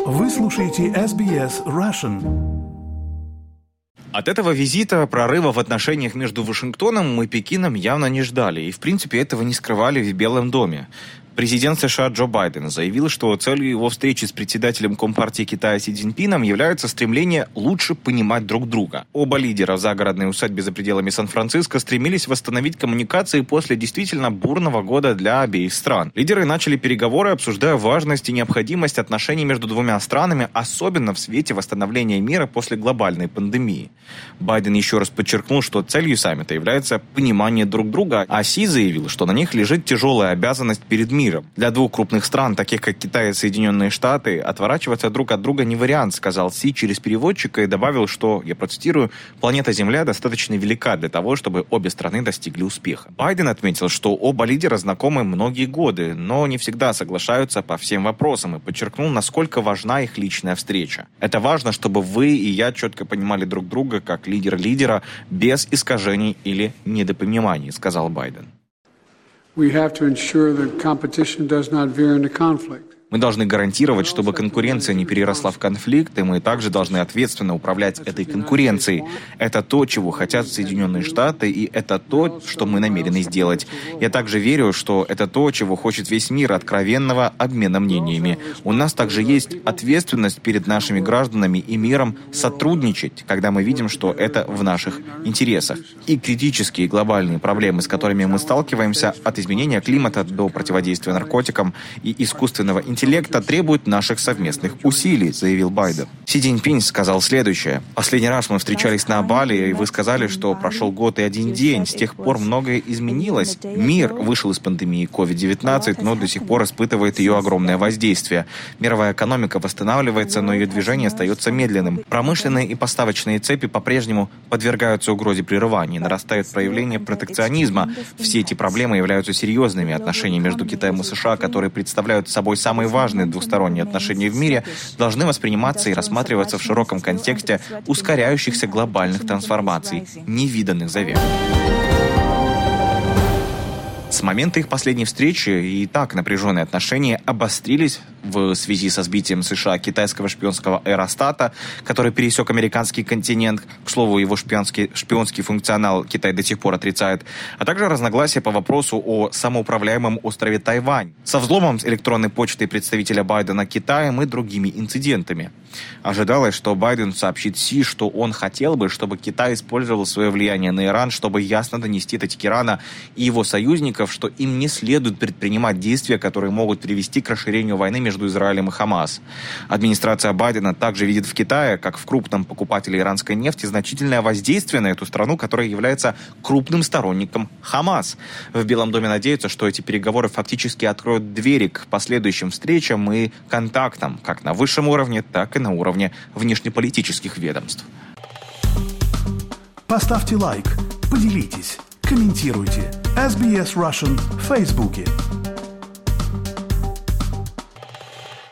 Вы слушаете SBS Russian. От этого визита прорыва в отношениях между Вашингтоном и Пекином явно не ждали, и в принципе этого не скрывали в Белом доме. Президент США Джо Байден заявил, что целью его встречи с председателем Компартии Китая Си Цзиньпином является стремление лучше понимать друг друга. Оба лидера в загородной усадьбе за пределами Сан-Франциско стремились восстановить коммуникации после действительно бурного года для обеих стран. Лидеры начали переговоры, обсуждая важность и необходимость отношений между двумя странами, особенно в свете восстановления мира после глобальной пандемии. Байден еще раз подчеркнул, что целью саммита является понимание друг друга, а Си заявил, что на них лежит тяжелая обязанность перед миром. Для двух крупных стран, таких как Китай и Соединенные Штаты, отворачиваться друг от друга не вариант, сказал Си через переводчика и добавил, что, я процитирую, «планета Земля достаточно велика для того, чтобы обе страны достигли успеха». Байден отметил, что оба лидера знакомы многие годы, но не всегда соглашаются по всем вопросам и подчеркнул, насколько важна их личная встреча. «Это важно, чтобы вы и я четко понимали друг друга как лидер лидера, без искажений или недопониманий», сказал Байден. We have to ensure that competition does not veer into conflict. Мы должны гарантировать, чтобы конкуренция не переросла в конфликт, и мы также должны ответственно управлять этой конкуренцией. Это то, чего хотят Соединенные Штаты, и это то, что мы намерены сделать. Я также верю, что это то, чего хочет весь мир, откровенного обмена мнениями. У нас также есть ответственность перед нашими гражданами и миром сотрудничать, когда мы видим, что это в наших интересах. И критические глобальные проблемы, с которыми мы сталкиваемся, от изменения климата до противодействия наркотикам и искусственного интеллекта, требует наших совместных усилий, заявил Байден. Си Цзиньпинь сказал следующее. «Последний раз мы встречались на Бали, и вы сказали, что прошел год и один день. С тех пор многое изменилось. Мир вышел из пандемии COVID-19, но до сих пор испытывает ее огромное воздействие. Мировая экономика восстанавливается, но ее движение остается медленным. Промышленные и поставочные цепи по-прежнему подвергаются угрозе прерывания. Нарастают проявления протекционизма. Все эти проблемы являются серьезными. Отношения между Китаем и США, которые представляют собой самые важные двусторонние отношения в мире, должны восприниматься и рассматриваться в широком контексте ускоряющихся глобальных трансформаций, невиданных за век». С момента их последней встречи и так напряженные отношения обострились в связи со сбитием США китайского шпионского аэростата, который пересек американский континент. К слову, его шпионский функционал Китай до сих пор отрицает, а также разногласия по вопросу о самоуправляемом острове Тайвань, со взломом электронной почты представителя Байдена Китаем и другими инцидентами. Ожидалось, что Байден сообщит Си, что он хотел бы, чтобы Китай использовал свое влияние на Иран, чтобы ясно донести до Техерана и его союзников, что им не следует предпринимать действия, которые могут привести к расширению войны между Израилем и Хамас. Администрация Байдена также видит в Китае, как в крупном покупателе иранской нефти, значительное воздействие на эту страну, которая является крупным сторонником Хамас. В Белом доме надеются, что эти переговоры фактически откроют двери к последующим встречам и контактам, как на высшем уровне, так и на уровне внешнеполитических ведомств. Поставьте лайк, поделитесь, комментируйте. SBS Russian в Фейсбуке.